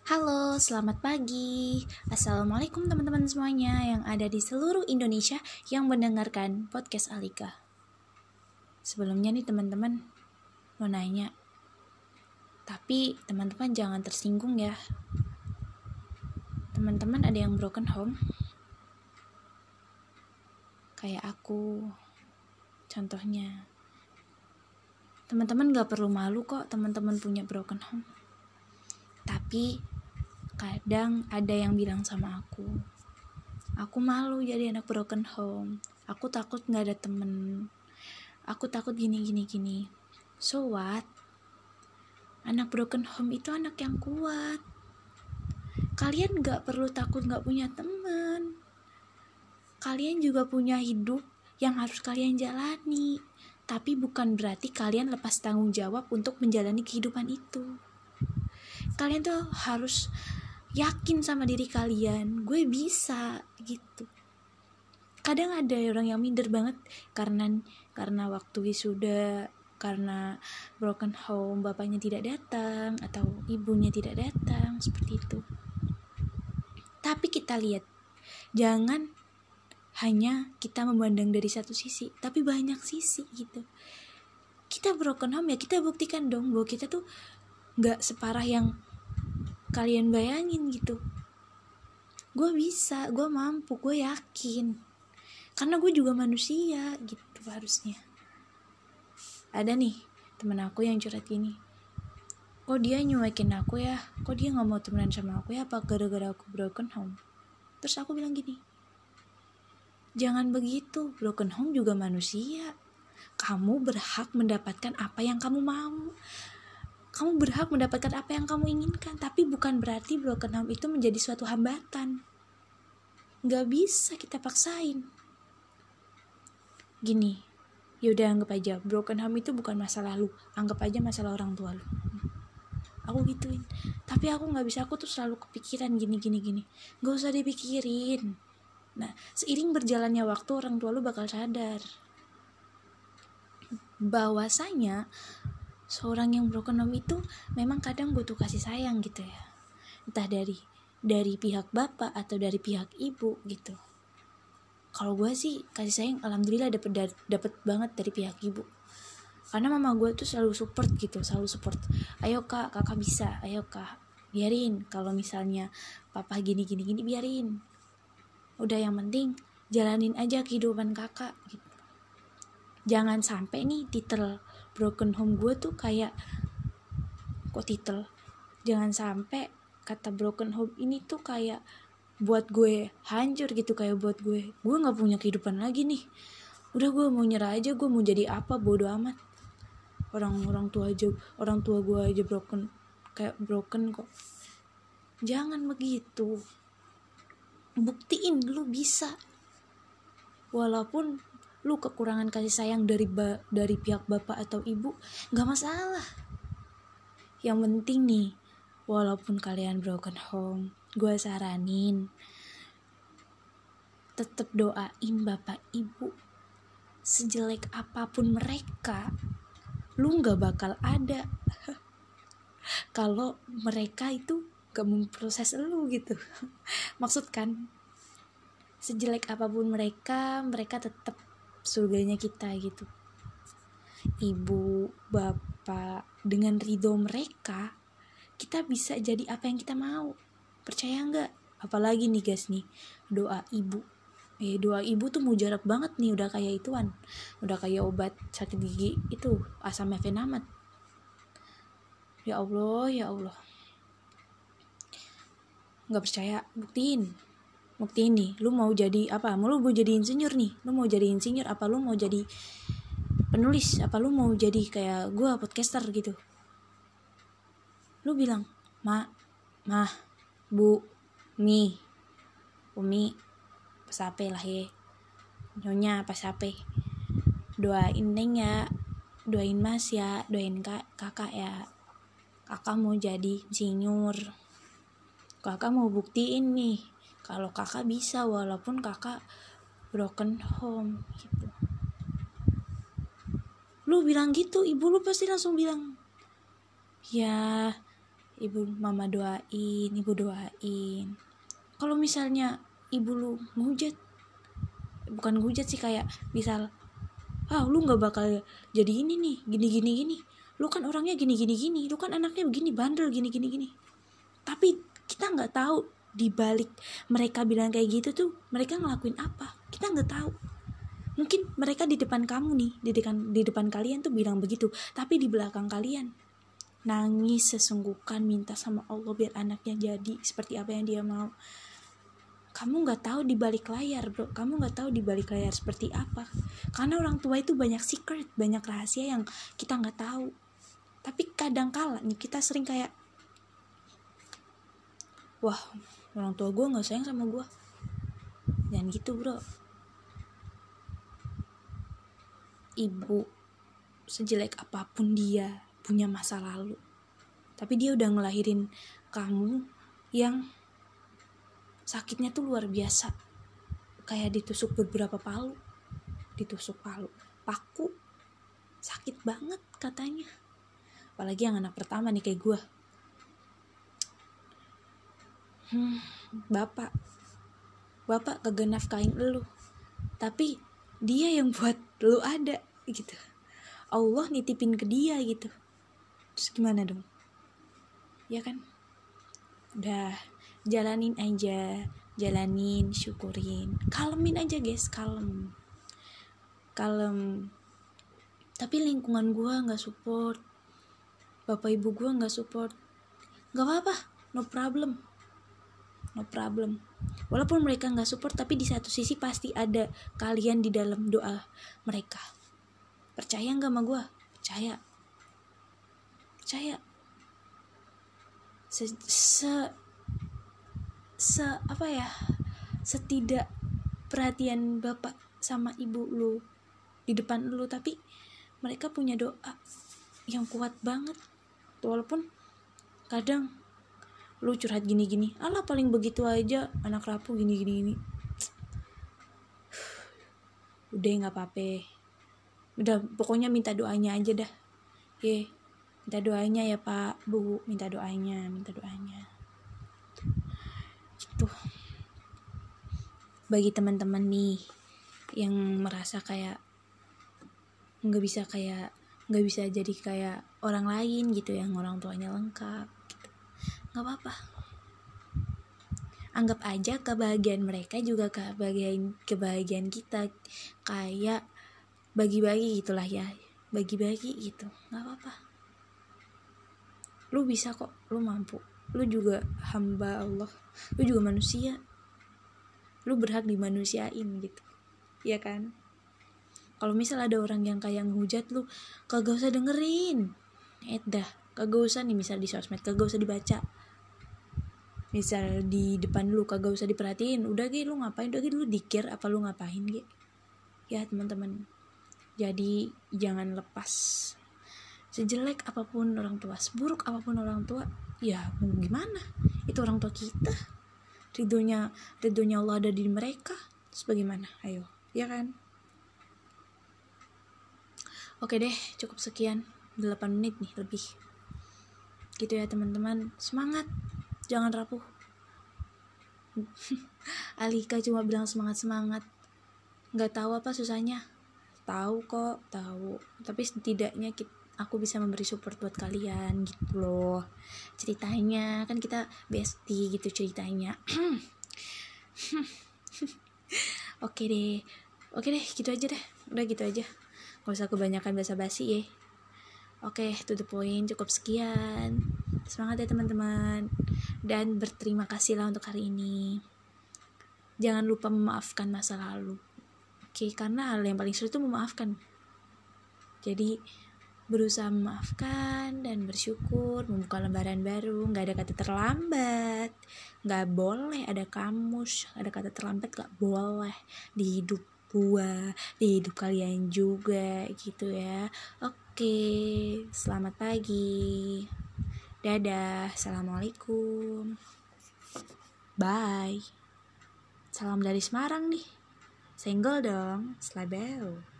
Halo, selamat pagi. Assalamualaikum teman-teman semuanya yang ada di seluruh Indonesia yang mendengarkan podcast Alika. Sebelumnya nih teman-teman, mau nanya. Tapi teman-teman jangan tersinggung ya. Teman-teman ada yang broken home? Kayak aku. Contohnya. Teman-teman gak perlu malu kok teman-teman punya broken home. Tapi kadang ada yang bilang sama aku malu jadi anak broken home. Aku takut gak ada temen. Aku takut gini. So what? Anak broken home itu anak yang kuat. Kalian gak perlu takut gak punya teman. Kalian juga punya hidup yang harus kalian jalani. Tapi bukan berarti kalian lepas tanggung jawab untuk menjalani kehidupan itu. Kalian tuh harus yakin sama diri kalian. Gue bisa gitu. Kadang ada orang yang minder banget karena waktu wisuda, karena broken home bapaknya tidak datang atau ibunya tidak datang, seperti itu. Tapi kita lihat, jangan hanya kita memandang dari satu sisi, tapi banyak sisi gitu. Kita broken home ya kita buktikan dong bahwa kita tuh gak separah yang kalian bayangin gitu. Gue bisa, gue mampu, gue yakin. Karena gue juga manusia gitu harusnya. Ada nih temen aku yang curhat gini, kok dia nyuekin aku ya, kok dia gak mau temenan sama aku ya, apa gara-gara aku broken home. Terus aku bilang gini, jangan begitu, broken home juga manusia. Kamu berhak mendapatkan apa yang kamu mau. Kamu berhak mendapatkan apa yang kamu inginkan. Tapi bukan berarti broken home itu menjadi suatu hambatan. Gak bisa kita paksain. Gini, yaudah anggap aja broken home itu bukan masalah lu. Anggap aja masalah orang tua lu. Aku gituin. Tapi aku gak bisa, aku tuh selalu kepikiran gini. Gak usah dipikirin. Nah, seiring berjalannya waktu orang tua lu bakal sadar bahwasanya seorang yang broken home itu memang kadang butuh kasih sayang gitu ya. Entah dari pihak bapak atau dari pihak ibu gitu. Kalau gue sih kasih sayang alhamdulillah dapet banget dari pihak ibu. Karena mama gue tuh selalu support. Ayo kak, kakak bisa. Ayo kak, biarin. Kalau misalnya papa gini biarin. Udah yang penting jalanin aja kehidupan kakak gitu. Jangan sampai nih titel broken home gue tuh kayak jangan sampai kata broken home ini tuh kayak buat gue hancur gitu, kayak buat gue gak punya kehidupan lagi nih. Udah gue mau nyerah aja, gue mau jadi apa bodo amat. Orang tua gue aja broken kok. Jangan begitu. Buktiin lu bisa. Walaupun lu kekurangan kasih sayang dari pihak bapak atau ibu, gak masalah. Yang penting nih, walaupun kalian broken home, gue saranin tetap doain bapak ibu. Sejelek apapun mereka, lu gak bakal ada kalau mereka itu gak memproses lu gitu. Maksud kan, sejelek apapun mereka tetap surganya kita gitu. Ibu, bapak, dengan ridho mereka, kita bisa jadi apa yang kita mau. Percaya gak? Apalagi nih guys nih, doa ibu. Doa ibu tuh mujarab banget nih, udah kayak ituan. Udah kayak obat sakit gigi itu, asam mefenamat. Ya Allah. Gak percaya, buktiin nih. Lu mau jadi apa? Lu mau jadi insinyur nih. Lu mau jadi insinyur apa lu mau jadi penulis? Apa lu mau jadi kayak gue podcaster gitu? Lu bilang, mah, bu, umi, pasape lah ya, nyonya pasape, doain neng ya, doain mas ya, doain kakak ya. Kakak mau jadi insinyur. Kakak mau buktiin nih kalau kakak bisa walaupun kakak broken home gitu. Lu bilang gitu, ibu lu pasti langsung bilang, ya mama doain, ibu doain. Kalau misalnya ibu lu ngehujat, bukan ngehujat sih, kayak misal, lu nggak bakal jadi ini nih, gini, lu kan orangnya gini, lu kan anaknya begini, bandel gini. Tapi kita nggak tahu di balik mereka bilang kayak gitu tuh mereka ngelakuin apa, kita nggak tahu. Mungkin mereka di depan kamu nih, di depan kalian tuh bilang begitu, tapi di belakang kalian nangis sesungguhkan, minta sama Allah biar anaknya jadi seperti apa yang dia mau. Kamu nggak tahu di balik layar, bro. Kamu nggak tahu di balik layar seperti apa. Karena orang tua itu banyak secret, banyak rahasia yang kita nggak tahu. Tapi kadang kala nih kita sering kayak, wah, orang tua gue nggak sayang sama gue. Jangan gitu, bro. Ibu sejelek apapun dia punya masa lalu, tapi dia udah ngelahirin kamu yang sakitnya tuh luar biasa, kayak ditusuk beberapa palu, paku, sakit banget katanya. Apalagi yang anak pertama nih kayak gue. Bapak kagak nafkain elu, tapi dia yang buat lu ada gitu. Allah nitipin ke dia gitu. Terus gimana dong? Ya kan? Udah, jalanin aja, syukurin, kalemin aja guys, kalem. Tapi lingkungan gue nggak support, bapak ibu gue nggak support, nggak apa-apa, no problem. Walaupun mereka nggak support, tapi di satu sisi pasti ada kalian di dalam doa mereka. Percaya nggak sama gue? Percaya. Setidak perhatian bapak sama ibu lu di depan lu, tapi mereka punya doa yang kuat banget. Walaupun kadang lu curhat gini, alah paling begitu aja, anak rapuh gini. Udah nggak apa-apa, udah pokoknya minta doanya aja dah. Minta doanya ya Pak, Bu, minta doanya gitu. Bagi teman-teman nih yang merasa kayak nggak bisa jadi kayak orang lain gitu, yang orang tuanya lengkap gitu, nggak apa-apa. Anggap aja kebahagiaan mereka juga kebahagiaan kita, kayak bagi-bagi gitulah ya, bagi-bagi gitu, nggak apa-apa. Lu bisa kok, lu mampu, lu juga hamba Allah, lu juga manusia, lu berhak dimanusiain gitu, ya kan? Kalau misal ada orang yang kayak ngehujat lu, kagak usah dengerin, kagak usah nih, misal di sosmed kagak usah dibaca, misal di depan lu kagak usah diperhatiin, udah lu ngapain, lu dikir apa lu ngapain ya teman-teman. Jadi jangan lepas, sejelek apapun orang tua, seburuk apapun orang tua, ya mau gimana, itu orang tua kita, ridhonya Allah ada di mereka, terus bagaimana, ayo, ya kan? Oke deh, cukup sekian, 8 menit nih lebih gitu ya teman-teman. Semangat, jangan rapuh. Alika cuma bilang semangat, nggak tahu apa susahnya. Tahu kok, tapi setidaknya aku bisa memberi support buat kalian gitu loh. Ceritanya kan kita bestie gitu ceritanya. Oke deh, gitu aja deh, udah gitu aja, gak usah kebanyakan basa-basi ya. Oke, to the point, cukup sekian. Semangat ya teman-teman, dan berterima kasihlah untuk hari ini. Jangan lupa memaafkan masa lalu, oke? Karena hal yang paling sulit itu memaafkan. Jadi berusaha memaafkan dan bersyukur, membuka lembaran baru. Gak ada kata terlambat, gak boleh ada kamus, ada kata terlambat gak boleh di hidup gua, di hidup kalian juga gitu ya. Oke, selamat pagi, dadah, assalamualaikum, bye. Salam dari Semarang nih, senggol dong, slabel.